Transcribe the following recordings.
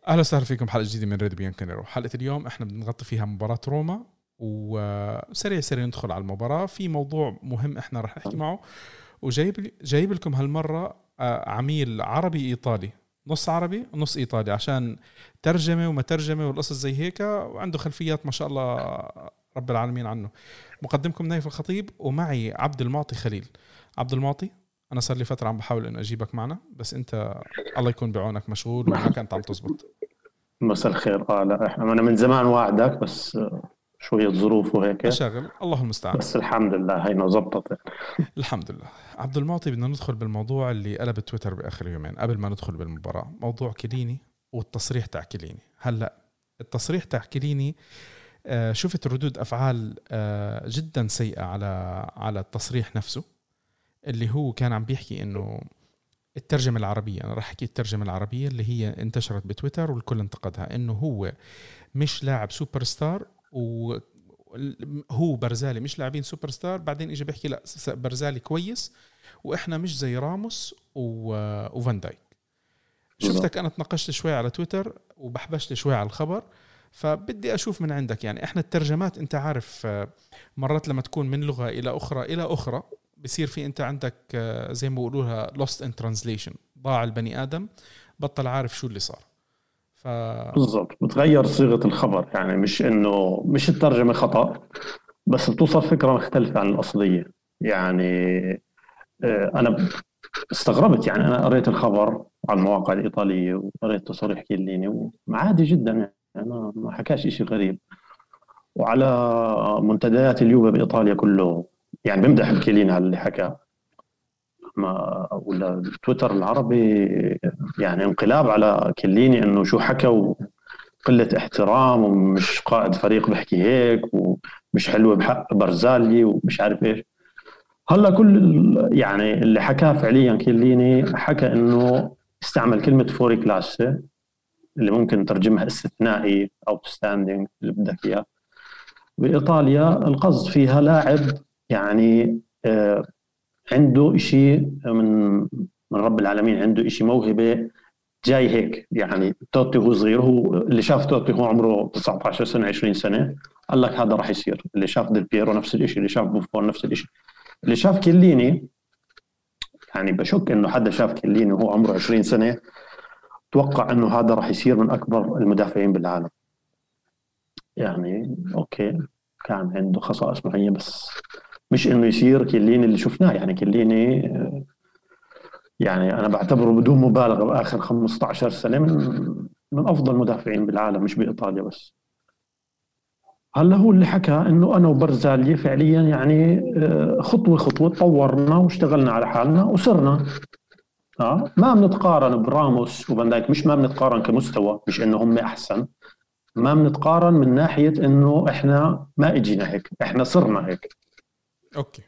اهلا وسهلا فيكم حلقه جديده من ريد بيانكانيرو. حلقه اليوم احنا بنغطي فيها مباراه روما، وسريع ندخل على المباراه. في موضوع مهم احنا رح نحكي معه، وجايب لكم هالمره عميل عربي ايطالي، نص عربي ونص ايطالي، عشان ترجمه وما ترجمه والقصص زي هيك، وعنده خلفيات ما شاء الله رب العالمين عنه. مقدمكم نايف الخطيب، ومعي عبد المعطي خليل. عبد المعطي، انا صار لي فتره عم بحاول انه اجيبك معنا، بس انت الله يكون بعونك مشغول وما كانت عم تزبط. مساء الخير. لا انا من زمان واعدك، بس شوية ظروف وهيك. مشاغل، الله المستعان. بس الحمد لله هينا زبطت. الحمد لله. عبد المعطي، بدنا ندخل بالموضوع اللي قلب تويتر بآخر يومين قبل ما ندخل بالمباراة، موضوع كيليني والتصريح تاع كيليني. هلأ التصريح تاع كيليني، شفت ردود أفعال جدا سيئة على التصريح نفسه، اللي هو كان عم بيحكي إنه الترجمة العربية، أنا راح أحكي الترجمة العربية اللي هي انتشرت بتويتر والكل انتقدها، إنه هو مش لاعب سوبر ستار، وهو برزالي مش لاعبين سوبر ستار. بعدين اجى بيحكي لا، برزالي كويس واحنا مش زي راموس وفان دايك. بالضبط. شفتك انا تناقشت شوي على تويتر وبحبشت شوي على الخبر، فبدي اشوف من عندك. يعني احنا الترجمات انت عارف، مرات لما تكون من لغة الى اخرى بصير في انت عندك زي ما بيقولوها lost in translation، ضاع البني ادم، بطل عارف شو اللي صار. ف بالضبط، بتغير صيغة الخبر، يعني مش الترجمة خطأ، بس بتوصل فكرة مختلفة عن الأصلية. يعني أنا استغربت، يعني أنا قريت الخبر على المواقع الإيطالية وقريت تصريح كيليني وعادي جدا، يعني ما حكاش إشي غريب. وعلى منتديات اليوفي بإيطاليا كله يعني بمدح بكيليني على اللي حكى. ما ولا تويتر العربي يعني انقلاب على كليني، انه شو حكى وقلة احترام ومش قائد فريق بحكي هيك ومش حلوة بحق برزالي ومش عارف ايش. هلا يعني اللي حكاه فعليا كليني، حكى انه استعمل كلمة فوري كلاسي، اللي ممكن ترجمها استثنائي او ستاندينج اللي بدك اياه. بايطاليا القصد فيها لاعب يعني عنده إشي من رب العالمين، عنده إشي موهبة جاي هيك. يعني توتي هو صغير، هو اللي شاف توتي هو عمره 19 سنة 20 سنة، قال لك هذا راح يصير. اللي شاف ديل بيرو نفس الإشي، اللي شاف بوفون نفس الإشي، اللي شاف كيليني. يعني بشك إنه حدا شاف كيليني وهو عمره 20 سنة توقع إنه هذا راح يصير من أكبر المدافعين بالعالم. يعني أوكي، كان عنده خصائص معينة، بس مش إنه يصير كيليني اللي شفناه. يعني كيليني يعني أنا بعتبره بدون مبالغة بآخر 15 سنة من أفضل المدافعين بالعالم، مش بإيطاليا بس. هلا هو اللي حكى إنه أنا وبرزالي فعليا يعني خطوة خطوة تطورنا واشتغلنا على حالنا وصرنا. ما بنتقارن براموس وفان دايك، مش ما بنتقارن كمستوى، مش إنه هم أحسن. ما بنتقارن من ناحية إنه إحنا ما إجينا هيك، إحنا صرنا هيك. اوكي.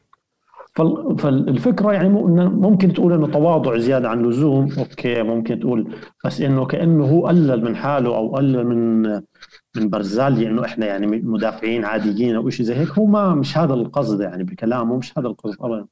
فالفكره يعني ممكن تقول انه تواضع زياده عن اللزوم، اوكي ممكن تقول، بس انه كانه هو قلل من حاله او قلل من برزالي، انه احنا يعني مدافعين عاديين او شيء زي هيك. هو ما مش هذا القصد، يعني بكلامه مش هذا القصد ابدا.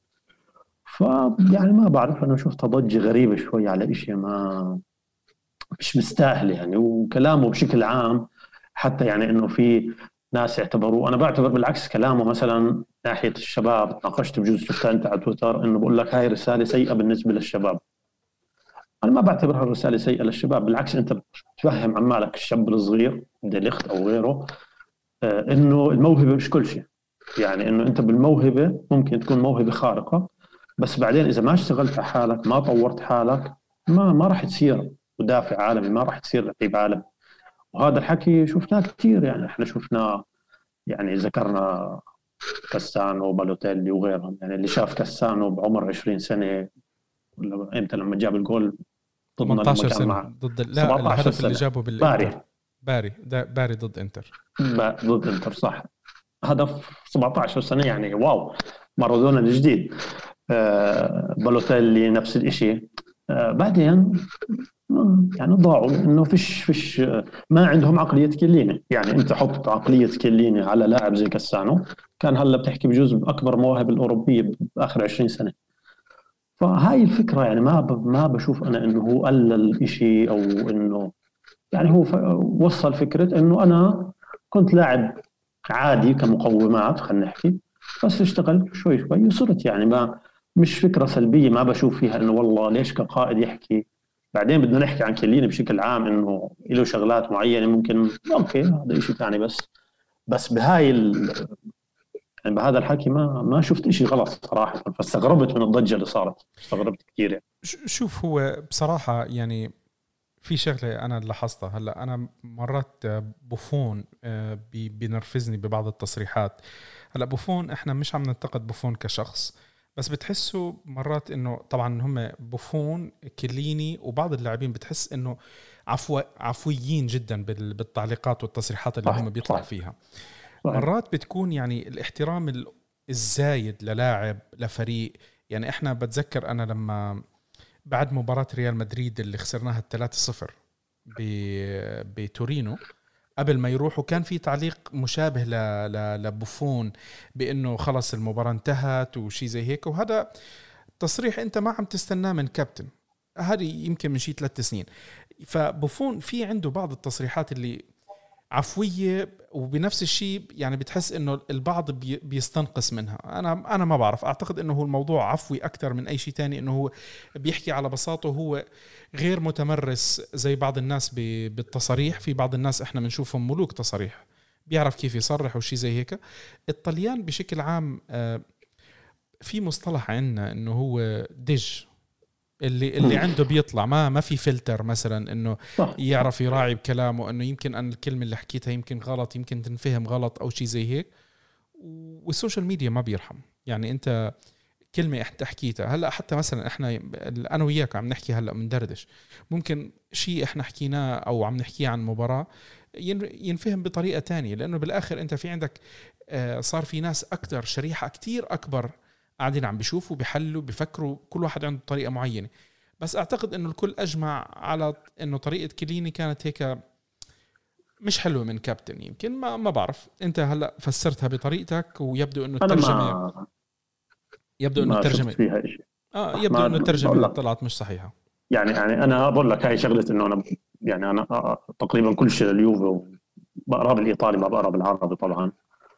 فيعني ما بعرف، انا شفت ضجه غريبه شوي على شيء ما مش مستاهل يعني. وكلامه بشكل عام حتى يعني انه في ناس اعتبروه، انا بعتبر بالعكس كلامه مثلا ناحيه الشباب، ناقشت بجوز شفتها انت على تويتر، انه بقول لك هاي رساله سيئه بالنسبه للشباب. انا ما بعتبرها رساله سيئه للشباب، بالعكس انت بتفهم عمالك الشاب الصغير ديليخت او غيره انه الموهبه مش كل شيء. يعني انه انت بالموهبه ممكن تكون موهبه خارقه، بس بعدين اذا ما اشتغلت على حالك، ما طورت حالك، ما راح تصير مدافع عالمي، ما راح تصير لعيب عالمي. وهذا الحكي شفناه كثير، يعني احنا شفنا، يعني ذكرنا كاسانو وبالوتيلي وغيرهم. يعني اللي شاف كاسانو بعمر 20 سنة، ولا امتى لما جاب الجول ضدنا لما 18 كان سنة مع ضد لا، 17 الهدف اللي سنة جابه بالإنتر. باري باري، ده باري ضد إنتر. ضد انتر صح. هدف 17 سنة يعني واو، مارادونا الجديد. بالوتيلي نفس الشيء. بعدين يعني ضاعوا، انه فيش ما عندهم عقليه كيليني. يعني انت حط عقليه كيليني على لاعب زي كاسانو، كان هلا بتحكي بجوز باكبر مواهب الاوروبيه باخر 20 سنه. فهاي الفكره، يعني ما بشوف انا انه هو قلل شيء او انه يعني هو وصل فكرة إنه أنا كنت لاعب عادي كمقومات، خلينا نحكي، بس اشتغلت شوي شوي وصرت يعني ما مش فكرة سلبية ما بشوف فيها إنه والله ليش كقائد يحكي. بعدين بدنا نحكي عن كليني بشكل عام إنه له شغلات معينة ممكن أوكي هذا شيء ثاني، بس يعني بهذا الحكي ما شفت شيء غلط صراحة، فاستغربت من الضجة اللي صارت، استغربت كثير يعني. شوف هو بصراحة يعني في شغلة أنا لاحظتها هلأ، أنا مرات بوفون بنرفزني ببعض التصريحات. هلأ بوفون إحنا مش عم ننتقد بوفون كشخص، بس بتحسوا مرات إنه طبعا هم بوفون كليني وبعض اللاعبين بتحس إنه عفويين جدا بالتعليقات والتصريحات اللي هم بيطلعوا فيها. صحيح. مرات بتكون يعني الاحترام الزايد للاعب لفريق. يعني إحنا بتذكر أنا لما بعد مباراة ريال مدريد اللي خسرناها 3-0 بتورينو، قبل ما يروحوا كان في تعليق مشابه لبوفون بأنه خلص المباراة انتهت وشي زي هيك، وهذا تصريح أنت ما عم تستناه من كابتن، هذه يمكن من شي 3 سنين. فبوفون في عنده بعض التصريحات اللي عفوية، وبنفس الشيء يعني بتحس انه البعض بيستنقص منها. انا ما بعرف، اعتقد انه هو الموضوع عفوي اكثر من اي شيء تاني، انه هو بيحكي على بساطه، هو غير متمرس زي بعض الناس بالتصريح. في بعض الناس احنا بنشوفهم ملوك تصريح، بيعرف كيف يصرح وشي زي هيك. الطليان بشكل عام في مصطلح عندنا انه هو دج، اللي عنده بيطلع ما في فلتر مثلا، انه صح. يعرف يراعي بكلامه، انه يمكن انا الكلمه اللي حكيتها يمكن غلط، يمكن تنفهم غلط او شيء زي هيك. والسوشيال ميديا ما بيرحم. يعني انت كلمه انت حكيتها هلا، حتى مثلا احنا انا وياك عم نحكي هلا مندردش، ممكن شيء احنا حكيناه او عم نحكيه عن مباراه ينفهم بطريقه تانية، لانه بالاخر انت في عندك صار في ناس اكثر، شريحه كتير اكبر قاعدين عم بيشوفوا بيحلوا بيفكروا، كل واحد عنده طريقه معينه. بس اعتقد انه الكل اجمع على انه طريقه كليني كانت هيك مش حلوه من كابتن. يمكن ما بعرف، انت هلا فسرتها بطريقتك، ويبدو انه أنا الترجمه ما شفت فيها شيء. يبدو ما انه بقول الترجمه لك طلعت مش صحيحه. يعني انا بقول لك هاي شغله انه انا يعني انا تقريبا كل شيء اليوفي بقرا بالايطالي ما بقرا بالعربي طبعا.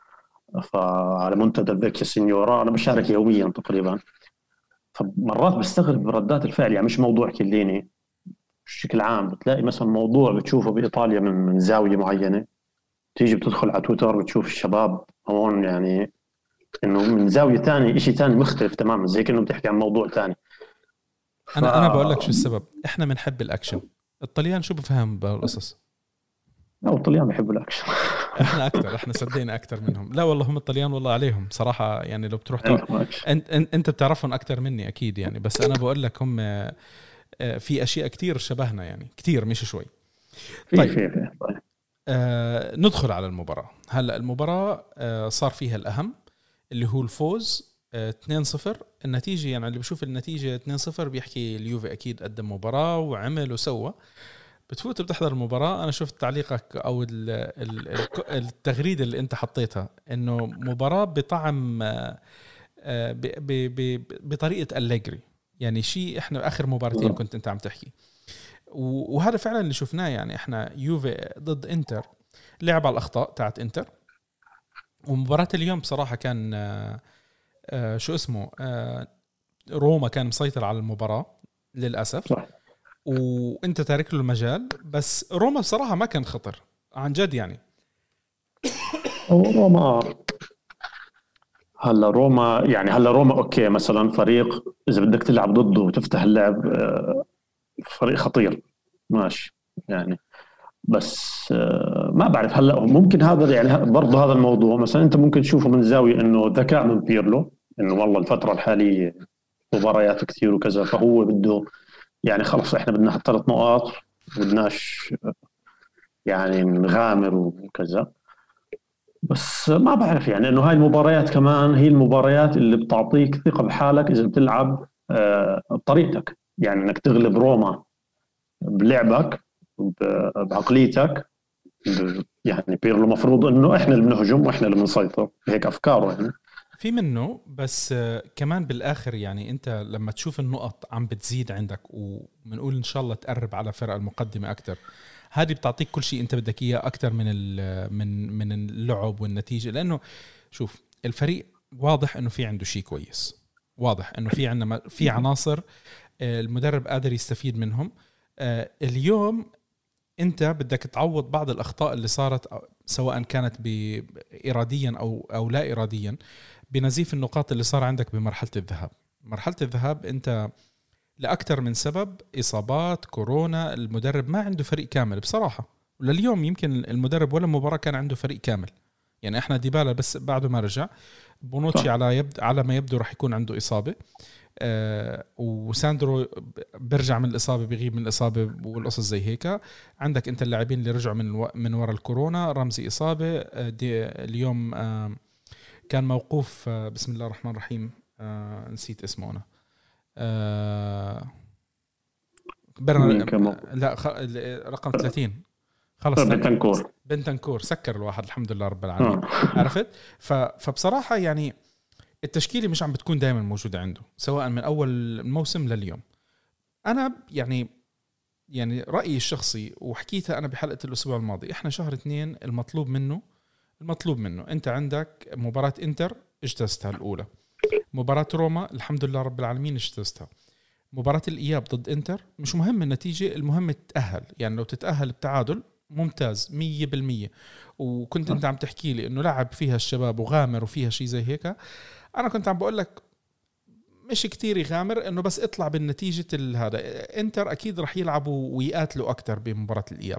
فعلى منتدى فيكي سينيورا انا بشارك يوميا تقريبا، فمرات بستغرب ردات الفعل. يعني مش موضوع كليني، بشكل عام بتلاقي مثلا موضوع بتشوفه بايطاليا من زاويه معينه، تيجي بتدخل على تويتر بتشوف الشباب هون يعني انه من زاويه ثانيه شيء ثاني مختلف تماما، زي كانه بتحكي عن موضوع ثاني. ف انا بقول لك شو السبب، احنا بنحب الاكشن. الطليان شو بفهم بالقصص؟ لا الطليان بيحبوا الاكشن. احنا صدقنا اكثر منهم. لا والله هم الطليان والله عليهم صراحه، يعني لو بتروح عندهم اكشن. انت بتعرفهم اكثر مني اكيد يعني، بس انا بقول لك هم في اشياء كتير شبهنا، يعني كتير مش شوي. طيب طيب. ندخل على المباراه. هلا المباراه صار فيها الاهم اللي هو الفوز 2-0. النتيجه يعني اللي بشوف النتيجه 2-0 بيحكي اليوفي اكيد قدم مباراه وعمل وسوى. بتفوت بتحضر المباراة، أنا شفت تعليقك أو التغريدة اللي أنت حطيتها، إنه مباراة بطعم بطريقة أليجري. يعني شيء إحنا آخر مباراتين كنت أنت عم تحكي، وهذا فعلا اللي شفناه. يعني إحنا يوفي ضد إنتر لعب على الأخطاء تاعت إنتر، ومباراة اليوم بصراحة كان شو اسمه روما كان مسيطر على المباراة للأسف، صح. وانت تارك له المجال. بس روما بصراحة ما كان خطر عن جد يعني. روما هلا روما اوكي مثلا فريق اذا بدك تلعب ضده وتفتح اللعب فريق خطير ماشي يعني. بس ما بعرف هلا ممكن هذا يعني برضه هذا الموضوع مثلا انت ممكن تشوفه من زاويه انه ذكاء من بيرلو، انه والله الفتره الحاليه مباريات كثير وكذا، فهو بده يعني خلص احنا بدنا 3 نقاط، بدناش يعني نغامر وكذا. بس ما بعرف يعني انه هاي المباريات كمان هي المباريات اللي بتعطيك ثقة بحالك اذا بتلعب بطريقتك، يعني انك تغلب روما بلعبك بعقليتك. يعني بيرلو مفروض انه احنا اللي بنهجم واحنا اللي بنسيطر، هيك افكاره يعني. في منه، بس كمان بالاخر يعني انت لما تشوف النقط عم بتزيد عندك، وبنقول ان شاء الله تقرب على فرق المقدمة اكتر، هذه بتعطيك كل شيء انت بدك اياه اكثر من اللعب والنتيجه. لانه شوف الفريق واضح انه في عنده شيء كويس، واضح انه في عندنا في عناصر المدرب قادر يستفيد منهم. اليوم انت بدك تعوض بعض الاخطاء اللي صارت سواء كانت اراديا او لا اراديا بنزيف النقاط اللي صار عندك بمرحله الذهاب. مرحله الذهاب انت لاكثر من سبب، اصابات، كورونا، المدرب ما عنده فريق كامل بصراحه. ولليوم يمكن المدرب ولا مباراه كان عنده فريق كامل. يعني احنا ديبالا بس بعده ما رجع، بونوتشي على ما يبدو راح يكون عنده اصابه، وساندرو برجع من الإصابة، بيغيب من الإصابة والقصص زي هيك. عندك أنت اللاعبين اللي رجعوا من وراء الكورونا، رمزي إصابة، اليوم كان موقوف، بسم الله الرحمن الرحيم، نسيت اسمه أنا، لا رقم 30 خلص، بنتنكور سكر الواحد، الحمد لله رب العالمين. عرفت؟ فبصراحة يعني التشكيلة مش عم بتكون دائما موجودة عنده سواء من أول الموسم لليوم. أنا يعني رأيي الشخصي وحكيتها أنا بحلقة الأسبوع الماضي، إحنا شهر 2 المطلوب منه أنت عندك مباراة إنتر اجتزتها الأولى، مباراة روما الحمد لله رب العالمين اجتزتها، مباراة الإياب ضد إنتر مش مهم النتيجة، المهم تتأهل. يعني لو تتأهل بتعادل ممتاز 100%. وكنت أنت عم تحكي لي إنه لعب فيها الشباب وغامر وفيها شيء زي هيك، أنا كنت عم بقول لك مش كتير يغامر، إنه بس اطلع بالنتيجة هذا. إنتر أكيد رح يلعبوا ويقاتلوا أكتر بمباراة الإياب.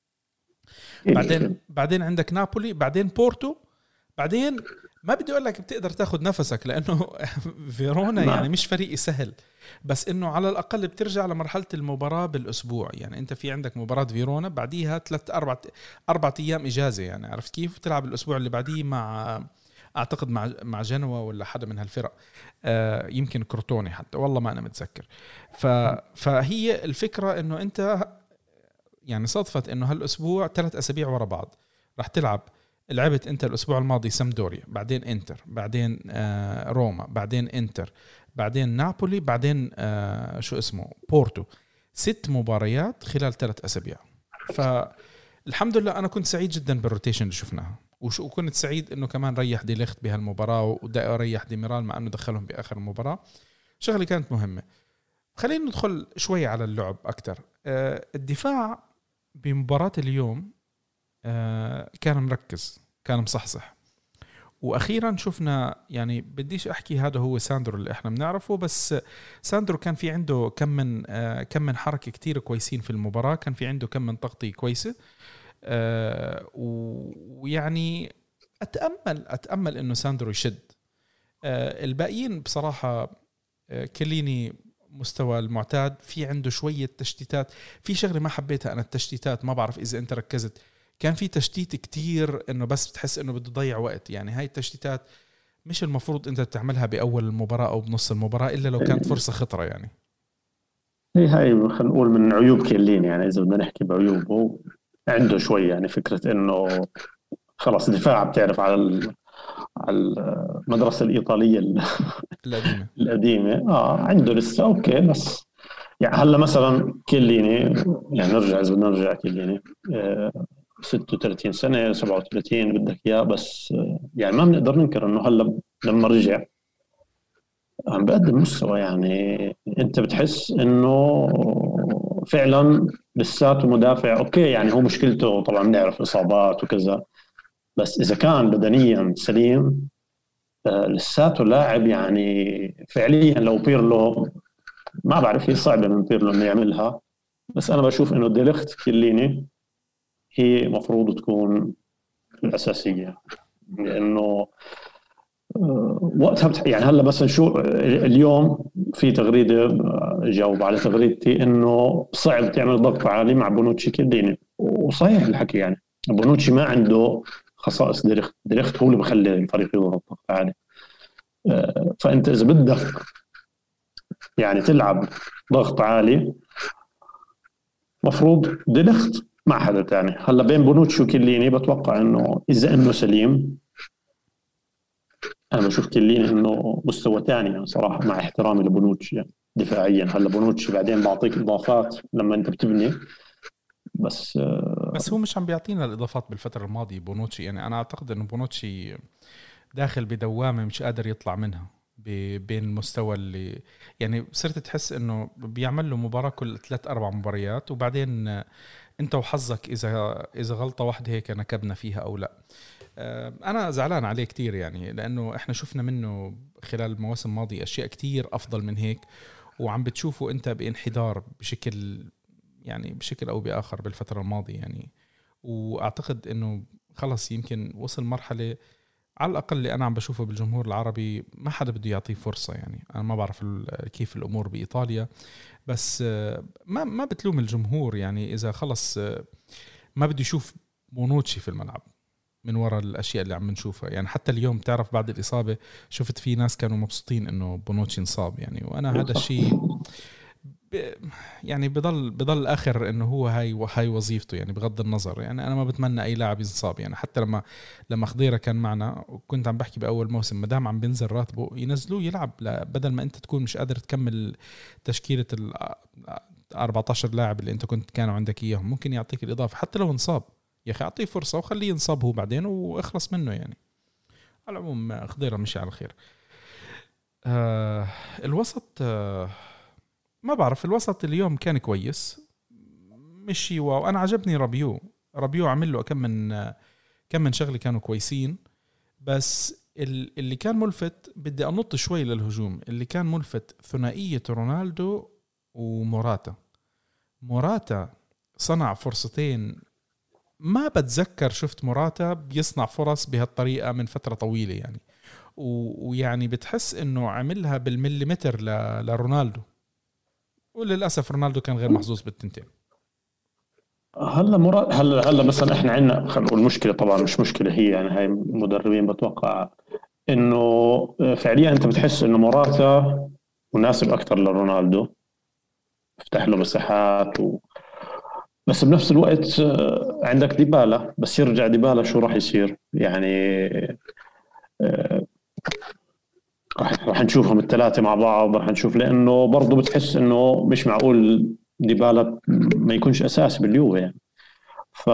بعدين عندك نابولي، بعدين بورتو، بعدين ما بدي أقول لك بتقدر تاخد نفسك لأنه فيرونا يعني مش فريق سهل، بس إنه على الأقل بترجع لمرحلة المباراة بالأسبوع. يعني أنت في عندك مباراة فيرونا بعديها 3-4 أيام إجازة، يعني عرفت كيف؟ تلعب الأسبوع اللي بعديه مع أعتقد مع جنوا ولا حدا من هالفرق، يمكن كروتوني حتى، والله ما أنا متذكر. فهي الفكرة إنه أنت يعني صدفت إنه هالأسبوع 3 أسابيع ورا بعض راح تلعب. لعبت أنت الأسبوع الماضي سامدوريا، بعدين إنتر، بعدين روما، بعدين إنتر، بعدين نابولي، بعدين بورتو. 6 مباريات خلال 3 أسابيع. فالحمد لله أنا كنت سعيد جدا بالروتيشن اللي شفناها، وكنت سعيد إنه كمان ريح دي ليخت بهالمباراة وريح ديميرال مع إنه دخلهم بآخر المباراة. شغلة كانت مهمة. خلينا ندخل شوي على اللعب أكتر. الدفاع بمباراة اليوم كان مركز، كان مصحصح، واخيرا شفنا، يعني بديش احكي هذا هو ساندرو اللي احنا بنعرفه، بس ساندرو كان في عنده كم من حركه كتير كويسين في المباراه، كان في عنده كم من تغطيه كويسه. ويعني اتامل انه ساندرو يشد. الباقيين بصراحه كليني مستوى المعتاد، في عنده شويه تشتيتات. في شغله ما حبيتها انا، التشتيتات، ما بعرف اذا انت ركزت، كان في تشتيت كتير انه بس بتحس انه بده يضيع وقت. يعني هاي التشتيتات مش المفروض انت تعملها باول المباراة او بنص المباراة الا لو كانت فرصة خطرة. يعني هاي خلينا نقول من عيوب كيلين. يعني اذا بدنا نحكي بعيوبه، عنده شوي يعني فكرة انه خلاص دفاع بتعرف على المدرسة الإيطالية القديمة. عنده لسه اوكي، بس يعني هلا مثلا كيليني، يعني نرجع اذا بدنا نرجع كيليني 36 سنة 37 بدك إياه، بس يعني ما بنقدر ننكر إنه هلا لما رجع عم بقدم مستوى. يعني أنت بتحس إنه فعلا لساته مدافع أوكي. يعني هو مشكلته طبعا بنعرف إصابات وكذا، بس إذا كان بدنيا سليم لساته لاعب. يعني فعليا لو بيرلو، ما بعرف، هي صعبة من بيرلو إنه يعملها، بس أنا بشوف إنه دي ليخت كيليني هي مفروض تكون الأساسية. لأنه وقتها يعني هلا مثلا شو اليوم في تغريدة جاوب على تغريدتي إنه صعب تعمل ضغط عالي مع بونوتشي كيليني، وصحيح الحكي. يعني بونوتشي ما عنده خصائص ديليخت هو اللي بخلي الفريق يضغط ضغط عالي. فأنت إذا بدك يعني تلعب ضغط عالي مفروض ديليخت مع حدا تاني. هلا بين بونوتشي وكيليني بتوقع إنه إذا إنه سليم، أنا بشوف كيليني إنه مستوى تاني يعني صراحة، مع احترامي لبونوتشي يعني دفاعيا. هلا بونوتشي بعدين بعطيك إضافات لما أنت بتبني، بس هو مش عم بيعطينا الإضافات بالفترة الماضية بونوتشي. يعني أنا أعتقد إنه بونوتشي داخل بدوامة مش قادر يطلع منها بين المستوى اللي يعني صرت تحس إنه بيعمل له مباراة كل 3-4 مباريات، وبعدين أنت وحظك إذا غلطة واحدة هيك نكبنا فيها أو لا. أنا زعلان عليه كتير يعني، لأنه إحنا شفنا منه خلال المواسم الماضية أشياء كتير أفضل من هيك، وعم بتشوفه أنت بانحدار بشكل أو بآخر بالفترة الماضية يعني. وأعتقد أنه خلص يمكن وصل مرحلة على الأقل اللي أنا عم بشوفه بالجمهور العربي ما حدا بده يعطيه فرصة. يعني أنا ما بعرف كيف الأمور بإيطاليا، بس ما بتلوم الجمهور يعني إذا خلص ما بده يشوف بونوتشي في الملعب من وراء الأشياء اللي عم نشوفها. يعني حتى اليوم تعرف بعد الإصابة شفت في ناس كانوا مبسوطين إنه بونوتشي انصاب يعني، وأنا هذا الشيء يعني بضل آخر إنه هو هاي وظيفته يعني، بغض النظر. يعني أنا ما بتمنى أي لاعب ينصاب يعني. حتى لما خضيرة كان معنا وكنت عم بحكي بأول موسم مدام عم بينزل راتبه ينزلوه يلعب، بدل ما أنت تكون مش قادر تكمل تشكيلة 14 لاعب اللي أنت كانوا عندك إياهم، ممكن يعطيك الإضافة حتى لو انصاب. يا أخي أعطيه فرصة وخليه ينصاب هو بعدين وأخلص منه يعني. على العموم خضيرة مشي على خير. الوسط ما بعرف، الوسط اليوم كان كويس مشي واو. أنا عجبني رابيو عمل له كم من شغلة كانوا كويسين. بس اللي كان ملفت بدي أنط شوي للهجوم، اللي كان ملفت ثنائية رونالدو وموراتا صنع فرصتين ما بتذكر شفت موراتا بيصنع فرص بهالطريقة من فترة طويلة يعني. ويعني بتحس إنه عملها بالمليمتر لرونالدو، وللأسف رونالدو كان غير محظوظ بالتنتين. هلا مثلا احنا عندنا خلينا نقول مشكله، طبعا مش مشكله هي يعني، هاي مدربين بتوقع انه فعليا انت بتحس انه موراتا مناسب اكثر لرونالدو، فتح له مساحات بس بنفس الوقت عندك ديبالا، بس يرجع ديبالا شو راح يصير يعني؟ راح نشوفهم الثلاثه مع بعض، راح نشوف، لانه برضه بتحس انه مش معقول ديبالا ما يكونش اساسي باليوفي يعني. ف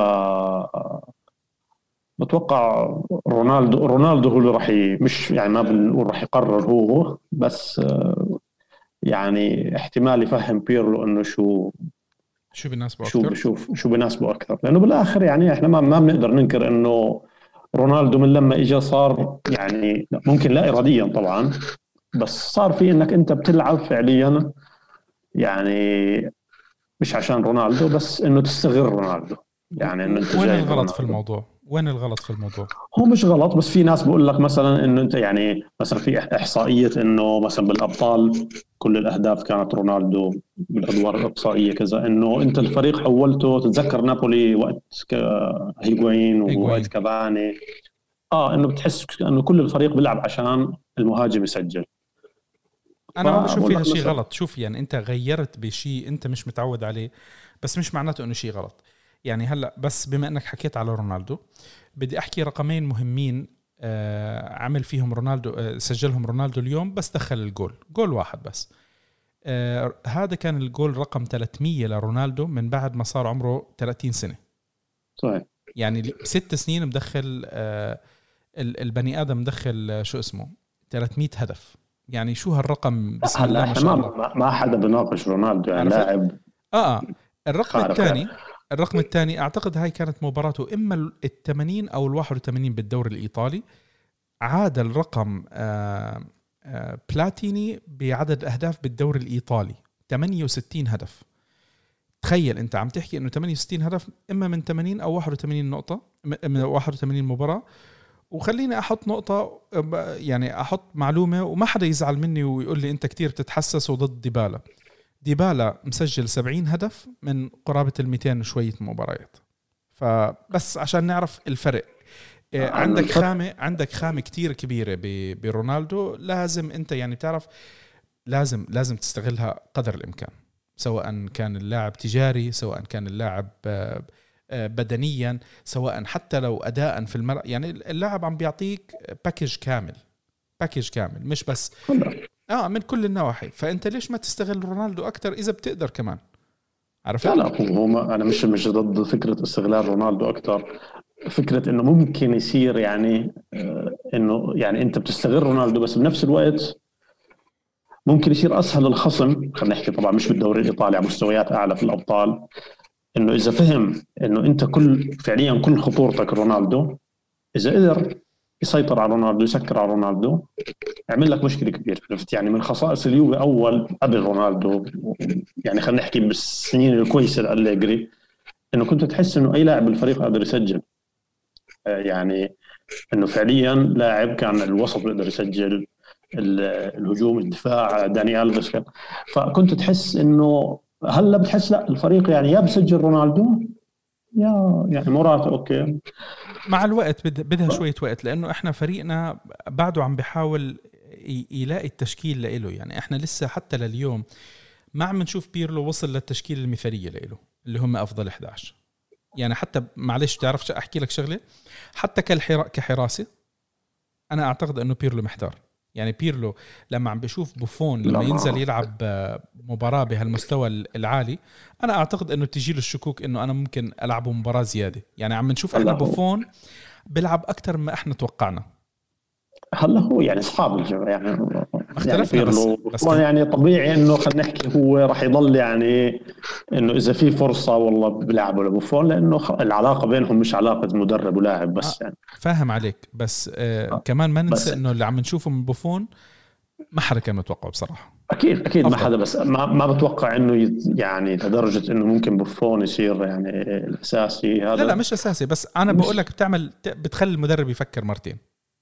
بتوقع رونالدو هو اللي راح مش يعني ما بنقول راح يقرر هو بس يعني احتمال يفهم بيرلو انه شو بيناسبه اكثر، شو بيناسبه اكثر، لانه بالاخر يعني احنا ما بنقدر ننكر انه رونالدو من لما اجى صار يعني ممكن لا اراديا طبعا، بس صار في انك انت بتلعب فعليا يعني مش عشان رونالدو، بس انه تستغل رونالدو يعني. انه انت وين الغلط في الموضوع؟ وين الغلط في الموضوع؟ هو مش غلط، بس في ناس بقول لك مثلا انه انت يعني مثلا في احصائيه انه مثلا بالابطال كل الاهداف كانت رونالدو بالادوار الاقصائيه كذا، انه انت الفريق حولته. تتذكر نابولي وقت هيغوين ووقت كافاني، انه بتحس انه كل الفريق بيلعب عشان المهاجم يسجل. انا ما بشوف فيها شيء غلط. شوف يعني انت غيرت بشيء انت مش متعود عليه، بس مش معناته انه شيء غلط يعني. هلا بس بما انك حكيت على رونالدو بدي احكي رقمين مهمين عمل فيهم رونالدو، سجلهم رونالدو اليوم، بس دخل جول واحد بس. هذا كان الجول رقم 300 لرونالدو من بعد ما صار عمره 30 سنة. صحيح. يعني 6 سنين مدخل البني آدم مدخل شو اسمه 300 هدف. يعني شو هالرقم؟ بسم الله ما شاء الله. ما حدا بناقش رونالدو يعني لاعب. الرقم الثاني أعتقد هاي كانت مباراته إما 80 أو 81 بالدوري الإيطالي. عادل رقم بلاتيني بعدد أهداف بالدوري الإيطالي 68 هدف. تخيل أنت عم تحكي إنه 68 هدف إما من 80 أو 81 نقطة من 81 مباراة. وخليني أحط نقطة يعني أحط معلومة وما حدا يزعل مني ويقول لي أنت كتير بتتحسس وضد ديبالا مسجل 70 هدف من قرابة 200 وشوية مباريات. فبس عشان نعرف الفرق. عندك خامة كتير كبيرة برونالدو. لازم أنت يعني تعرف لازم تستغلها قدر الإمكان، سواء كان اللاعب تجاري، سواء كان اللاعب بدنيا، سواء حتى لو أداء في الملعب. يعني اللاعب عم بيعطيك باكيج كامل مش بس من كل النواحي. فأنت ليش ما تستغل رونالدو أكتر إذا بتقدر كمان؟ عرفت؟ لا انا مش ضد فكره استغلال رونالدو اكثر. فكره انه ممكن يصير يعني انه يعني انت بتستغل رونالدو، بس بنفس الوقت ممكن يصير اسهل للخصم، خلينا نحكي طبعا مش بالدوري الايطالي على مستويات اعلى في الابطال، انه اذا فهم انه انت فعليا كل خطورتك رونالدو، اذا قدر يسيطر على رونالدو، يسكر على رونالدو، يعمل لك مشكله كبيره. عرفت؟ يعني من خصائص اليوفي اول قبل رونالدو، يعني خلينا نحكي بالسنين الكويسه لأليجري، انه كنت تحس انه اي لاعب بالفريق قادر يسجل. يعني انه فعليا لاعب كان الوسط بيقدر يسجل، الهجوم، الدفاع، داني ألفيس. فكنت تحس انه هلا بتحس لا، الفريق يعني يا بسجل رونالدو يا يعني موراتا. اوكي، مع الوقت بدها شوية وقت، لأنه إحنا فريقنا بعده عم بيحاول يلاقي التشكيل لإله. يعني إحنا لسه حتى لليوم ما عم نشوف بيرلو وصل للتشكيل المثالية لإله اللي هم أفضل 11. يعني حتى معلش تعرف أحكي لك شغلة، حتى كحراسة أنا أعتقد أنه بيرلو محتار. يعني بيرلو لما عم بشوف بوفون لما ينزل يلعب مباراة بهالمستوى العالي، أنا أعتقد أنه تجيله الشكوك أنه أنا ممكن ألعبه مباراة زيادة. يعني عم نشوف إحنا بوفون بيلعب أكتر ما إحنا توقعنا. هلا هو يعني اصحاب الجو يعني اختلفنا يعني بس يعني طبيعي انه خلينا نحكي هو راح يضل يعني انه اذا في فرصه والله بيلعبوا لبوفون، لانه العلاقه بينهم مش علاقه مدرب ولاعب بس. يعني فاهم عليك، بس كمان ما ننسى بس انه اللي عم نشوفه من بوفون ما حدا كان متوقعه بصراحه. اكيد ما أفضل. حدا، بس ما بتوقع انه يعني لدرجه انه ممكن بوفون يصير يعني الاساسي. هذا لا مش اساسي، بس انا بقول لك بتخلي المدرب يفكر مرتين.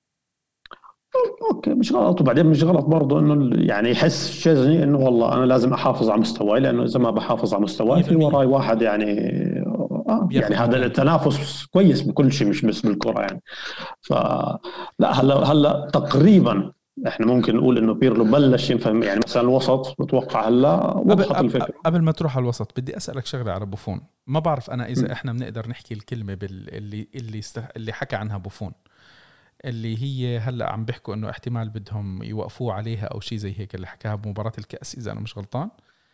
اوكي مش غلط. وبعدين مش غلط برضه انه يعني يحس شيزني انه والله انا لازم احافظ على مستواي، لانه اذا ما بحافظ على مستواي في 100% وراي واحد يعني يعني بياخد هذا مكان. التنافس كويس بكل شيء مش بس بالكره يعني. فلا هلا تقريبا احنا ممكن نقول انه بيرلو بلش يفهم. يعني مثلا الوسط بتوقع هلا وضحت الفكره. قبل ما تروح على الوسط بدي اسالك شغله على بوفون. ما بعرف انا اذا احنا بنقدر نحكي الكلمه اللي حكى عنها بوفون، اللي هي هلا عم بيحكوا انه احتمال بدهم يوقفوه عليها او شيء زي هيك، اللي حكاها بمباراه الكاس اذا انا مش غلطان.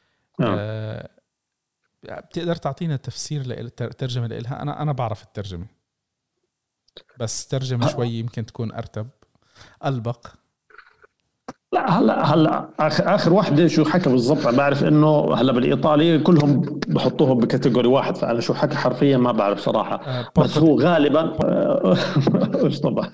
بتقدر تعطينا تفسير ترجمه لها؟ انا بعرف الترجمه، بس ترجمه شوي يمكن تكون ارتب البق. لا هلا اخر واحده شو حكى بالضبط. انا بعرف انه هلا بالايطالي كلهم بحطوهم بكاتيجوري واحد، فانا شو حكى حرفيا ما بعرف صراحه. بس هو غالبا مش طبعا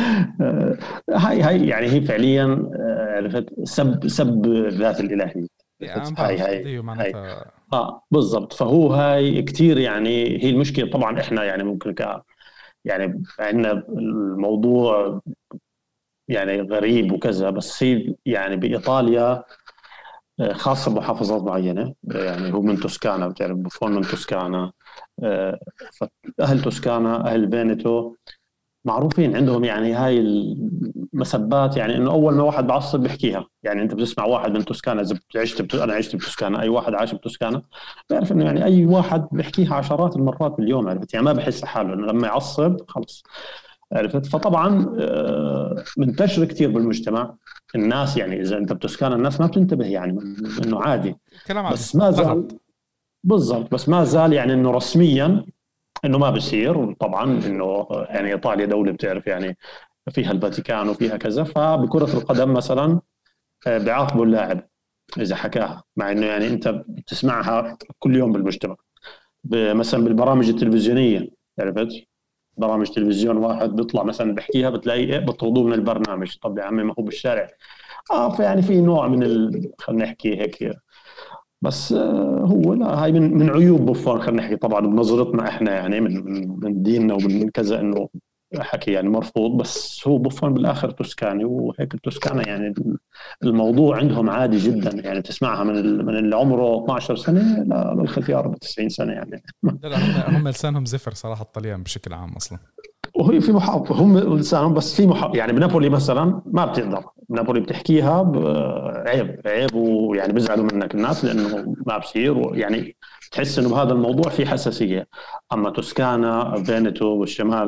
هاي يعني هي فعليا عرفت سب ذات الالهيه. هاي بالضبط. فهو هاي كثير يعني هي المشكله. طبعا احنا يعني ممكن يعني عندنا الموضوع يعني غريب وكذا، بس هي يعني بإيطاليا خاصة بمحافظات معينة. يعني هو من توسكانا، بتعرف بوفون من توسكانا. فأهل توسكانا أهل فينيتو معروفين عندهم يعني هاي المسبات. يعني انه اول ما واحد بعصب بيحكيها. يعني انت بتسمع واحد من توسكانا، اذا انا عشت بتوسكانا، اي واحد عاش بتوسكانا بيعرف انه يعني اي واحد بيحكيها عشرات المرات باليوم. عرفت؟ يعني ما بحس حاله انه لما يعصب خلص. عرفت؟ فطبعا منتشر كثير بالمجتمع. الناس يعني اذا انت بتوسكانا الناس ما بتنتبه يعني انه عادي، كلام عادي. بس ما زال بالضبط. بس ما زال يعني انه رسميا انه ما بصير. وطبعا انه يعني ايطاليا دوله بتعرف يعني فيها الفاتيكان وفيها كذا. فبكره القدم مثلا بيعاقبوا اللاعب اذا حكاها، مع انه يعني انت بتسمعها كل يوم بالمجتمع. مثلا بالبرامج التلفزيونيه، عرفت؟ برامج تلفزيون واحد بيطلع مثلا بحكيها بتلاقي بطردوه من البرنامج. طب يا عمي ما هو بالشارع. فيعني في نوع من خلينا نحكي هيك. بس هو لا، هاي من عيوب بوفون خلينا نحكي. طبعا بنظرتنا احنا يعني من ديننا ومن كذا انه حكي يعني مرفوض. بس هو بوفون بالاخر توسكاني، وهيك التوسكانا يعني الموضوع عندهم عادي جدا. يعني تسمعها من اللي عمره 12 سنه للختيار ب 90 سنه يعني. لا هم لسانهم زفر صراحه الطليان بشكل عام اصلا. وهي في هم لسانهم، بس في يعني بنابولي مثلا ما بتقدر. بنابولي بتحكيها عيب ويعني بيزعلوا منك الناس لانه ما بصير. ويعني تحس انه بهذا الموضوع في حساسيه. اما توسكانا فينيتو والشمال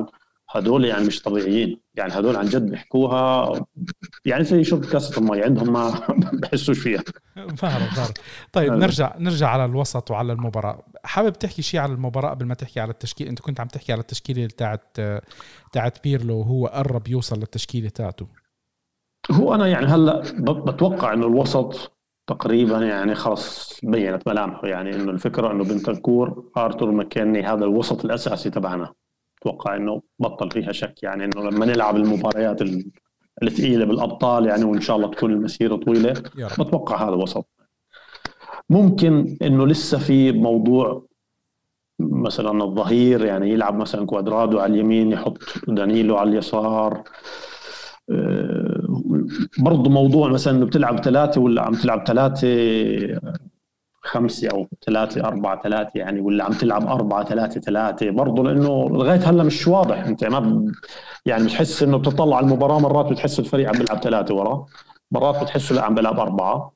هدول يعني مش طبيعيين، يعني هدول عن جد بيحكوها يعني زي شرب كاسة المي، عندهم ما بحسوش فيها. بعرف. طيب نرجع على الوسط وعلى المباراة. حابب تحكي شيء على المباراة قبل ما تحكي على التشكيل؟ انت كنت عم تحكي على التشكيلة تاعت بيرلو، وهو قرب يوصل للتشكيلة تاعته. هو أنا يعني هلأ بتوقع إنه الوسط تقريبا يعني خلاص بينت ملامحه، يعني إنه الفكرة إنه بنتنكور آرتور ماكيني هذا الوسط الأساسي تبعنا. أتوقع إنه بطل فيها شك، يعني إنه لما نلعب المباريات الثقيلة بالأبطال يعني، وإن شاء الله تكون المسيرة طويلة، بتوقع هذا الوسط. ممكن إنه لسه في موضوع مثلا الظهير، يعني يلعب مثلا كوادرادو على اليمين، يحط دانيلو على اليسار. برضو موضوع مثلا انه بتلعب ثلاثة ولا عم تلعب 3-5 او 3-4-3 يعني، ولا عم تلعب 4-3-3 برضو، لانه لغاية هلا مش واضح. انت ما يعني بتحس انه بتطلع على المباراة مرات بتحس الفريق عم بيلعب 3 ورا، مرات بتحسه لا عم بيلعب 4.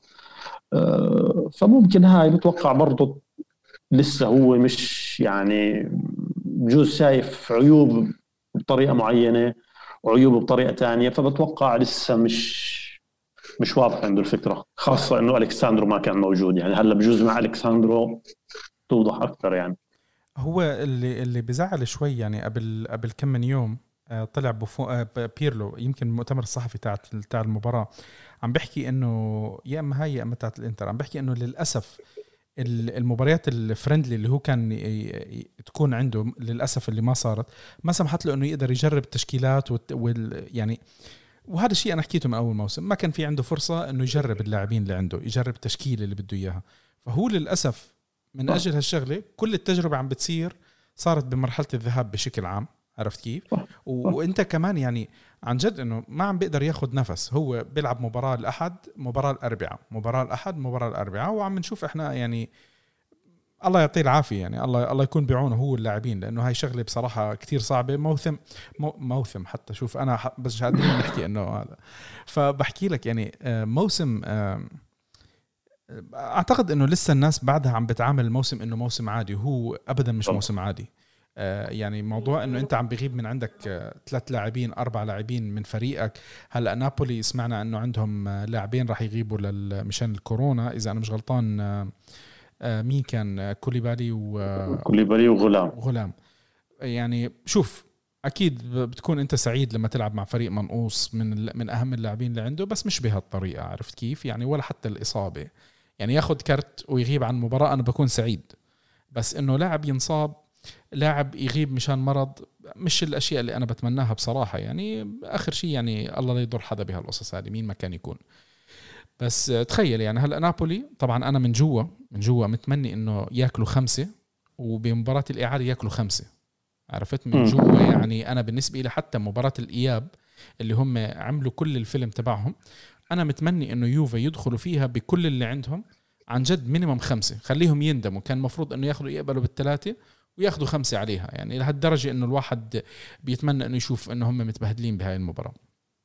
فممكن هاي بتوقع برضو لسه هو مش يعني بجوز شايف عيوب بطريقة معينة وعيوب بطريقة تانية، فبتوقع لسه مش واضح عنده الفكرة، خاصة انه الكساندرو ما كان موجود. يعني هلا بجوز مع الكساندرو توضح اكثر يعني. هو اللي بزعل شوي يعني قبل كم من يوم طلع بيرلو يمكن المؤتمر الصحفي تاع المباراة، عم بحكي انه يا اما هاي يا اما تاعت الانتر، عم بحكي انه للاسف المباريات الفرندلي اللي هو كان تكون عنده للاسف اللي ما صارت، ما سمحت له انه يقدر يجرب التشكيلات يعني. وهذا الشيء انا حكيته من اول موسم، ما كان في عنده فرصه انه يجرب اللاعبين اللي عنده، يجرب التشكيله اللي بده اياها. فهو للاسف من اجل هالشغله كل التجربه عم بتصير صارت بمرحله الذهاب بشكل عام، عرفت كيف؟ وانت كمان يعني عن جد انه ما عم بيقدر ياخد نفس. هو بيلعب مباراه الاحد، مباراه الاربعاء، مباراه الاحد، مباراه الاربعاء، وعم نشوف احنا يعني الله يعطيه العافيه، يعني الله يكون بعونه هو اللاعبين، لانه هاي شغله بصراحه كتير صعبه. موسم حتى شوف انا بس مش قادرين نحكي انه هذا. فبحكي لك يعني موسم اعتقد انه لسه الناس بعدها عم بتعامل الموسم انه موسم عادي، وهو ابدا مش موسم عادي. يعني موضوع انه انت عم بغيب من عندك 3 لاعبين 4 لاعبين من فريقك. هلا نابولي سمعنا انه عندهم لاعبين راح يغيبوا مشان الكورونا اذا انا مش غلطان. مين كان؟ كوليبالي وغلام. يعني شوف اكيد بتكون انت سعيد لما تلعب مع فريق منقوص من اهم اللاعبين اللي عنده، بس مش بهالطريقه، عرفت كيف يعني؟ ولا حتى الاصابه يعني ياخد كرت ويغيب عن مباراه انا بكون سعيد، بس انه لاعب ينصاب، لاعب يغيب مشان مرض، مش الاشياء اللي انا بتمناها بصراحه. يعني اخر شيء يعني الله لا يضر حدا بهالقصص هذه مين ما كان يكون. بس تخيل يعني هلا نابولي طبعا انا من جوا متمني انه ياكلوا 5 وبمباراه الاعاده ياكلوا 5، عرفت؟ من جوا يعني انا بالنسبه لي حتى مباراه الاياب اللي هم عملوا كل الفيلم تبعهم، انا متمني انه يوفا يدخلوا فيها بكل اللي عندهم عن جد، مينيمم 5 خليهم يندموا. كان مفروض انه يقبلوا بال3 وياخذوا 5 عليها، يعني لهالدرجه انه الواحد بيتمنى انه يشوف انه هم متبهدلين بهاي المباراه.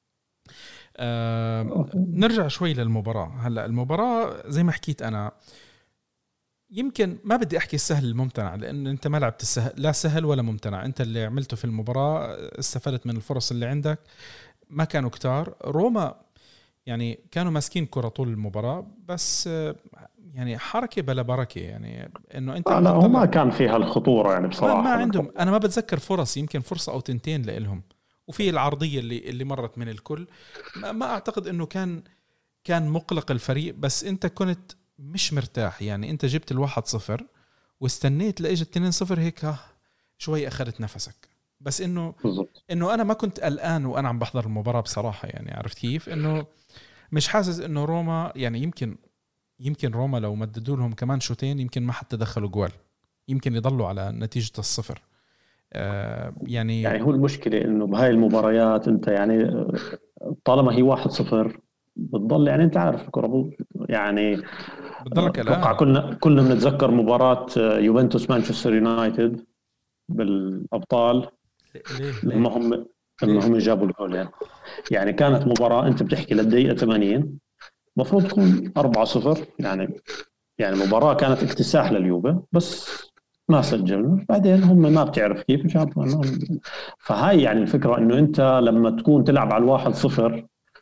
نرجع شوي للمباراة. هلأ المباراة زي ما حكيت أنا، يمكن ما بدي أحكي السهل الممتنع، لأن أنت ما لعبت السهل، لا سهل ولا ممتنع. أنت اللي عملته في المباراة استفدت من الفرص اللي عندك، ما كانوا كتار. روما يعني كانوا ماسكين كرة طول المباراة، بس يعني حركة بلا بركة، يعني إنه أنت لا هو ما كان فيها الخطورة يعني بصراحة. ما عندهم، أنا ما بتذكر فرص، يمكن فرصة أو تنتين لإلهم، وفي العرضية اللي مرت من الكل. ما أعتقد إنه كان مقلق الفريق، بس أنت كنت مش مرتاح. يعني أنت جبت 1-0 واستنيت لإجت 2-0 هيك شوي أخذت نفسك. بس إنه أنا ما كنت قلقان وأنا عم بحضر المباراة بصراحة، يعني عرفت كيف؟ إنه مش حاسس إنه روما يعني يمكن روما لو مددوا لهم كمان شوطين يمكن ما حتى دخلوا جوال، يمكن يضلوا على نتيجة 0. يعني هو المشكلة إنه بهاي المباريات أنت يعني طالما هي 1-0 بتضل، يعني أنت عارف الكرة يعني بتضلك أتوقع كلنا بنتذكر مباراة يوفنتوس مانشستر يونايتد بالأبطال لما هم جابوا الجول. يعني كانت مباراة أنت بتحكي للدقيقة 80 مفروض تكون 4-0 يعني مباراة كانت اكتساح لليوفي، بس ما سجل، بعدين هم ما بتعرف كيف جابوا فهاي يعني الفكرة إنه أنت لما تكون تلعب على 1-0،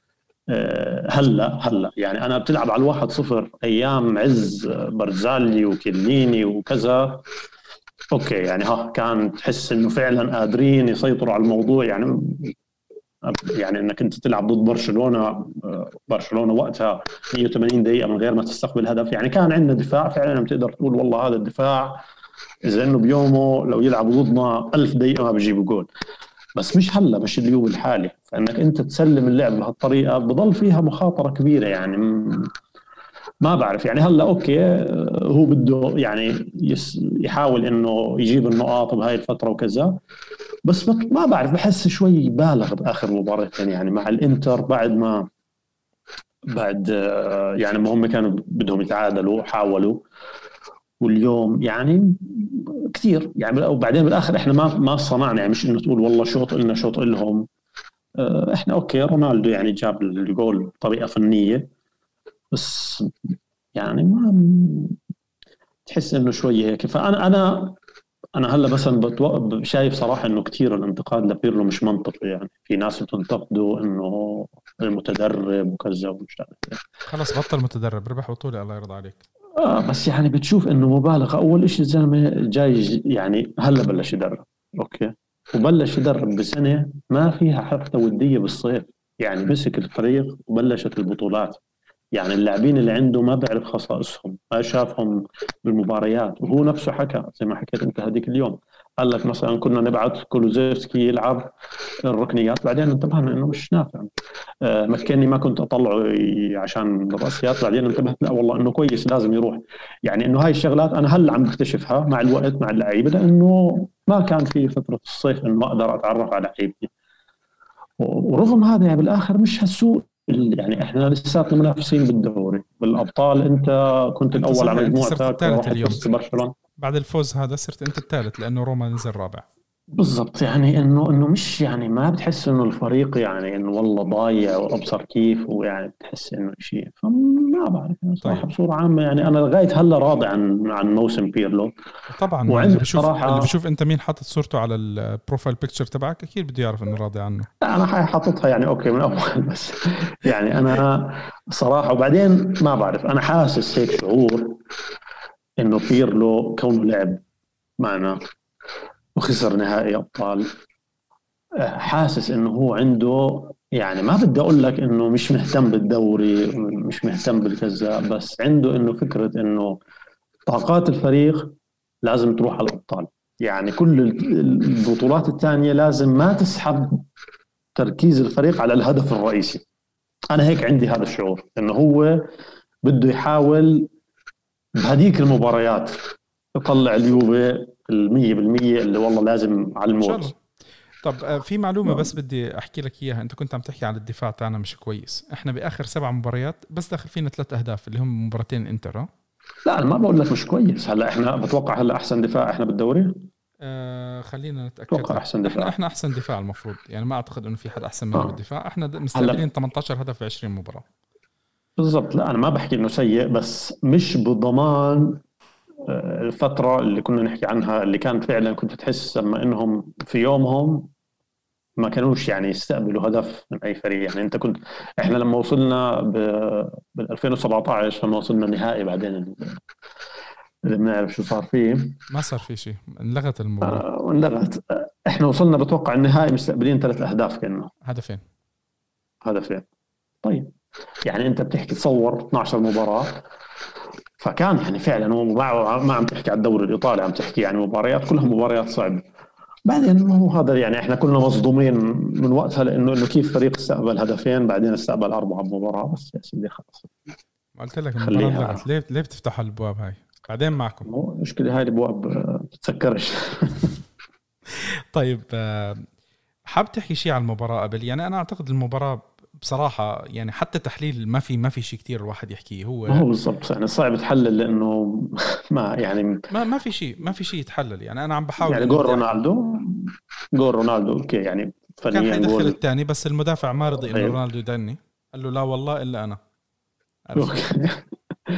هلا يعني أنا بتلعب على 1-0 أيام عز برزالي وكليني وكذا، أوكي يعني كان تحس إنه فعلا قادرين يسيطروا على الموضوع. يعني انك انت تلعب ضد برشلونه وقتها 180 دقيقه من غير ما تستقبل هدف، يعني كان عندنا دفاع فعلا بتقدر تقول والله هذا الدفاع اذا انه بيومه لو يلعبوا ضدنا 1000 دقيقه ما بيجيبوا جول. بس مش هلا، مش اليوم الحالي، فانك انت تسلم اللعب بهالطريقه بضل فيها مخاطره كبيره. يعني ما بعرف، يعني هلا اوكي هو بده يعني يحاول انه يجيب النقاط بهاي الفتره وكذا، بس ما بعرف، بحس شوي بالغ باخر مباراتين يعني مع الانتر، بعد يعني ما هم كانوا بدهم يتعادلوا حاولوا، واليوم يعني كثير يعني. وبعدين بالاخر احنا ما صنعنا، يعني مش انه تقول والله شوط لنا شوط لهم. احنا اوكي رونالدو يعني جاب الجول بطريقه فنيه، بس يعني ما تحس انه شوي هيك. فانا هلا مثلا شايف صراحه انه كثير الانتقاد لبيرلو مش منطقي. يعني في ناس بتنتقده انه المتدرب وكذا ومش عارف. خلص بطل متدرب، ربح بطولة الله يرضى عليك. بس يعني بتشوف انه مبالغه. اول شيء الزلمه جاي يعني هلا بلش يدرب، اوكي، وبلش يدرب بسنه ما فيها حتى وديه بالصيف، يعني مسك الفريق وبلشت البطولات. يعني اللاعبين اللي عنده ما بيعرف خصائصهم، ما شافهم بالمباريات. وهو نفسه حكى زي ما حكيت انت هذيك اليوم، قال لك مثلا كنا نبعث كولوزيفسكي يلعب الركنيات، بعدين انتبهنا انه مش نافع. مكاني ما كنت اطلعه عشان الراسيات، بعدين انتبهت لا والله انه كويس لازم يروح. يعني انه هاي الشغلات انا هلا عم بكتشفها مع الوقت مع اللعيبه، لانه ما كان في فتره الصيف انه اقدر اتعرف على لعيبتي. ورغم هذا يعني بالاخر مش هالسوء. يعني احنا لساتنا منافسين بالدوري بالابطال. انت كنت انت الاول صحيح، على انت صرت مجموعتك الثالث ورحت اليوم فزت برشلونه. بعد الفوز هذا، صرت انت الثالث لانه روما نزل رابع. بالضبط، يعني انه مش يعني ما بتحس انه الفريق يعني انه والله ضايع وابصر كيف، ويعني بتحس انه شيء. فما بعرف انا طيب صراحه بصوره عامه، يعني انا لغايه هلا راضي عن موسم بيرلو. طبعا، ما اللي وعندي بشوف صراحه انت مين حاطط صورته على البروفايل بيكتشر تبعك اكيد بده يعرف انه راضي عنه. انا حاططها يعني اوكي من اول بس يعني انا صراحه. وبعدين ما بعرف، انا حاسس هيك شعور انه بيرلو كونه لعب معنا وخسر نهائي ابطال، حاسس انه هو عنده، يعني ما بدي اقول لك انه مش مهتم بالدوري مش مهتم بالكذا، بس عنده انه فكره انه طاقات الفريق لازم تروح على الابطال. يعني كل البطولات الثانيه لازم ما تسحب تركيز الفريق على الهدف الرئيسي. انا هيك عندي هذا الشعور انه هو بده يحاول بهديك المباريات يطلع اليوفي 100% اللي والله لازم على ان شاء الله. الموت. طب في معلومة بس بدي احكي لك اياها، انت كنت عم تحكي عن الدفاع تاعنا مش كويس. احنا باخر 7 مباريات بس داخل فينا 3 اهداف اللي هم مباراتين انتر. لا انا ما بقول لك مش كويس. هلا احنا بتوقع هلا احسن دفاع احنا بالدوري. خلينا نتأكد اتوقع لك. احسن دفاع. احنا احسن دفاع المفروض، يعني ما اعتقد انه في حد احسن مننا آه. بالدفاع. احنا مستقبلين هلا 18 هدف في 20 مباراة. بالضبط، لا انا ما بحكي انه سيء، بس مش بضمان الفتره اللي كنا نحكي عنها اللي كانت فعلا كنت تحس لما انهم في يومهم ما كانوش يعني يستقبلوا هدف من اي فريق. يعني انت كنت، احنا لما وصلنا بال 2017 لما وصلنا النهائي، بعدين اللي بنعرف شو صار فيه. ما صار في شيء، انلغت المباراة. وانلغت. احنا وصلنا بتوقع النهائي مستقبلين 3 اهداف كنا، هدفين. هدفين. طيب يعني انت بتحكي تصور 12 مباراه، فكان يعني فعلا هو ما عم تحكي على الدوري الايطالي، عم تحكي يعني مباريات كلها مباريات صعبه. بعدين ما هو هذا يعني احنا كنا مصدومين من وقتها، لانه كيف فريق استقبل هدفين بعدين استقبل 4 بمباراه. بس يا سيدي خلص ما قلت لك المباراة خليها. انلغت. ليه بتفتحوا الابواب هاي؟ بعدين معكم. مو المشكله هاي الابواب بتتسكرش. طيب حاب تحكي شيء عن المباراة قبل؟ يعني انا اعتقد المباراة بصراحة يعني حتى تحليل ما في شيء كتير الواحد يحكيه. ما هو بالضبط يعني صعب تحلل لانه ما يعني ما في شيء يتحلل. يعني انا عم بحاول يعني اني جول بدي احكي. رونالدو، جول رونالدو اوكي يعني كان فنيا حيدخل جول. الثاني بس المدافع ما رضي انه طيب رونالدو يدني. قال له لا والله الا انا. عرفت كيف؟ اوكي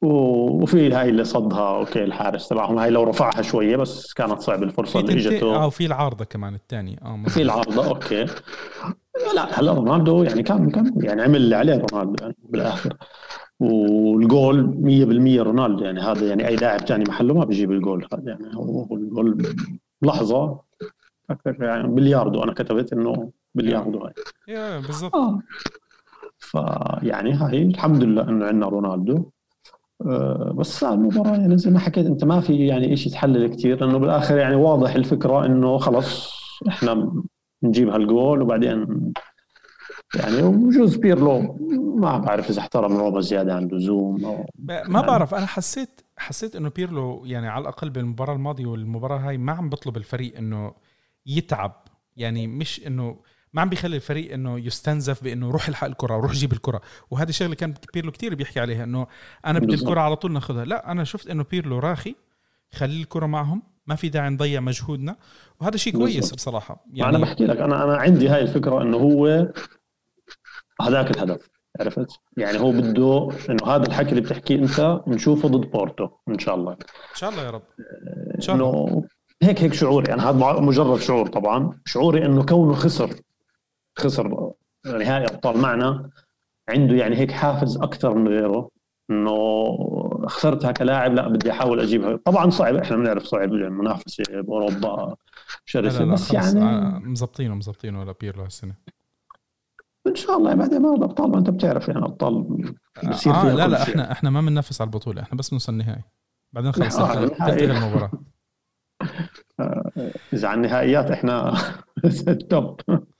وفي هاي اللي صدها اوكي الحارس تبعهم، هاي لو رفعها شويه بس كانت صعبه الفرصه اللي اجته. في العارضه كمان الثاني في العارضه اوكي. لا هلا رونالدو يعني كان يعني عمل اللي عليه رونالدو يعني بالاخر، والجول 100% رونالدو يعني. هذا يعني اي لاعب ثاني محله ما بيجيب الجول هذا يعني. هو الجول لحظه يعني بلياردو، انا كتبت انه بلياردو هاي. يا بالضبط. فيعني هاي الحمد لله انه عندنا رونالدو. بس المباراة يعني زي ما حكيت انت ما في يعني شيء تحلل كثير، لانه بالاخر يعني واضح الفكرة انه خلص احنا نجيب هالجول وبعدين يعني وجوز بيرلو ما بعرف اذا احترم روما زيادة عن اللزوم او ما يعني. بعرف. انا حسيت انه بيرلو يعني على الاقل بالمباراة الماضية والمباراة هاي ما عم بطلب الفريق انه يتعب، يعني مش انه ما عم بيخلي الفريق انه يستنزف بانه روح الحق الكره وروح جيب الكره. وهذه الشغله كان بيرلو كتير بيحكي عليها انه انا بدي الكره على طول ناخذها. لا انا شفت انه بيرلو راخي، خلي الكره معهم، ما في داعي نضيع مجهودنا، وهذا شيء كويس بصراحه يعني. انا بحكي لك انا عندي هاي الفكره انه هو هذاك الهدف، عرفت يعني. هو بده انه هذا الحكي اللي بتحكيه انت نشوفه ضد بورتو ان شاء الله. ان شاء الله يا رب ان شاء الله. انه هيك شعوري انا، هذا مجرد شعور طبعا. شعوري انه كونه خسر نهائي ابطال معنا عنده يعني هيك حافز اكثر من غيره، انه خسرتها كلاعب لا بدي احاول اجيبها. طبعا صعب، احنا بنعرف صعب المنافسه باوروبا شرسه، لا بس خلص يعني مزبطينه ولا بيرلو هالسنه ان شاء الله. بعدين ما الابطال ما انت بتعرف يعني ابطال بصير فيها لا كل لا شيء. احنا ما بننافس على البطوله، احنا بس نوصل النهائي بعدين خلص النهائي. تلتغي المباراه. اذا عن النهائيات احنا التوب.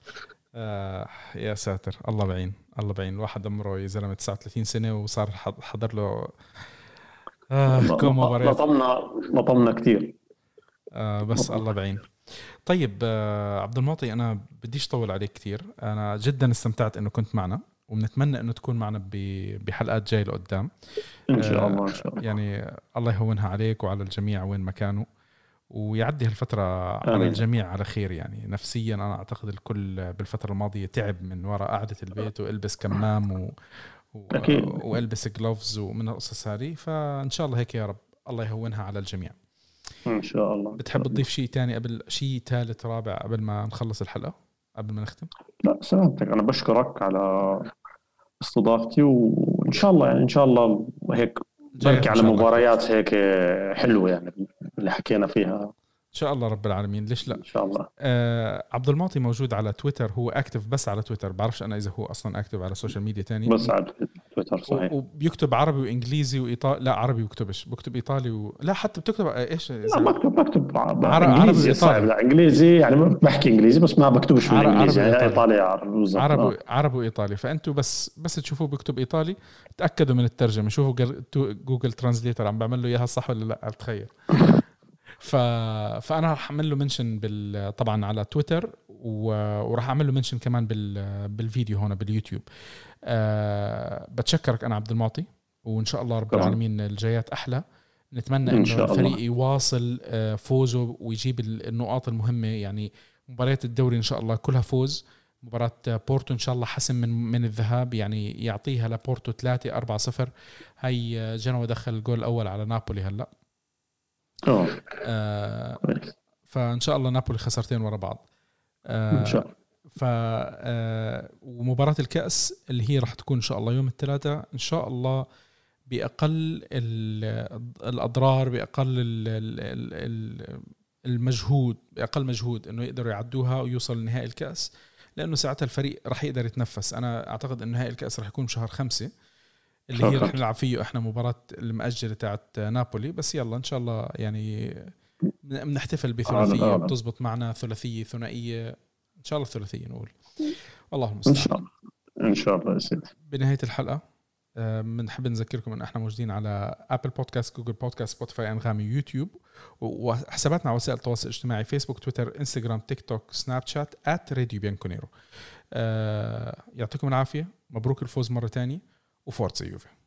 يا ساتر، الله بعين الله بعين. الواحد عمره يا زلمه 39 سنه وصار حضر له كم مباريات. لطمنا كثير. بس الله بعين. طيب عبد المعطي، انا بديش طول عليك كثير. انا جدا استمتعت انه كنت معنا، وبنتمنى انه تكون معنا بحلقات جايه لقدام ان شاء الله. ان شاء الله يعني الله يهونها عليك وعلى الجميع وين ما كانوا، ويعدي هالفترة على آمين. الجميع على خير. يعني نفسيا أنا أعتقد الكل بالفترة الماضية تعب من وراء قعدة البيت وإلبس كمام وإلبس جلوفز ومن القصص هذه. فإن شاء الله هيك يا رب الله يهونها على الجميع إن شاء الله. بتحب تضيف شيء تاني قبل شيء ثالث رابع قبل ما نخلص الحلقة قبل ما نختم؟ لا سلامتك، أنا بشكرك على استضافتي، وإن شاء الله يعني إن شاء الله هيك بركي على مباريات هيك حلوة يعني اللي حكينا فيها إن شاء الله رب العالمين. ليش لا؟ إن شاء الله. عبد المعطي موجود على تويتر، هو أكتف بس على تويتر، بعرفش أنا إذا هو أصلا أكتف على السوشيال ميديا تاني. بس على تويتر صحيح. وبيكتب عربي وإنجليزي وإيطالي. لا عربي بكتب إيطالي لا حتى بتكتب إيش؟ لا بكتب عربي وإيطالي. لا إنجليزي يعني بحكي إنجليزي بس ما بكتبش بالإنجليزي يعني إيطالي عربي عربي وإيطالي. فأنتوا بس تشوفوه بكتب إيطالي تأكدوا من الترجمة، شوفوا جوجل ترانسليتر عم بعمل له إياها صح ولا لا. بتخيل فأنا راح أعمل له منشن طبعا على تويتر، وراح أعمل له منشن كمان بالفيديو هنا باليوتيوب. بتشكرك أنا عبد المعطي، وإن شاء الله رب العالمين الجايات أحلى. نتمنى إنه الفريق يواصل فوزه ويجيب النقاط المهمة. يعني مباريات الدوري إن شاء الله كلها فوز. مباراة بورتو إن شاء الله حسم من الذهاب، يعني يعطيها لبورتو 3-4-0. هاي جنوا دخل الجول الأول على نابولي هلأ. فإن شاء الله نابولي خسرتين ورا بعض إن شاء الله. ومباراة الكأس اللي هي راح تكون إن شاء الله يوم الثلاثاء إن شاء الله بأقل الأضرار، بأقل المجهود، بأقل مجهود إنه يقدروا يعدوها ويوصل لنهائي الكأس، لأنه ساعتها الفريق راح يقدر يتنفس. أنا أعتقد إن نهائي الكأس راح يكون شهر 5 اللي هي راح نلعب فيه إحنا مباراة المؤجلة تاعت نابولي. بس يلا إن شاء الله يعني بنحتفل بثلاثية بتزبط معنا، ثلاثية ثنائية إن شاء الله، ثلاثية نقول. والله المستعان إن شاء الله. بنهاية الحلقة بنحب نذكركم أن احنا موجودين على أبل بودكاست، جوجل بودكاست، سبوتيفاي، أنغامي، يوتيوب، وحساباتنا على وسائل التواصل الاجتماعي فيسبوك، تويتر، انستغرام، تيك توك، سناب شات @راديو بيانكونيرو. يعطيكم العافية، مبروك الفوز مرة تانية، وفورتزا يوفي.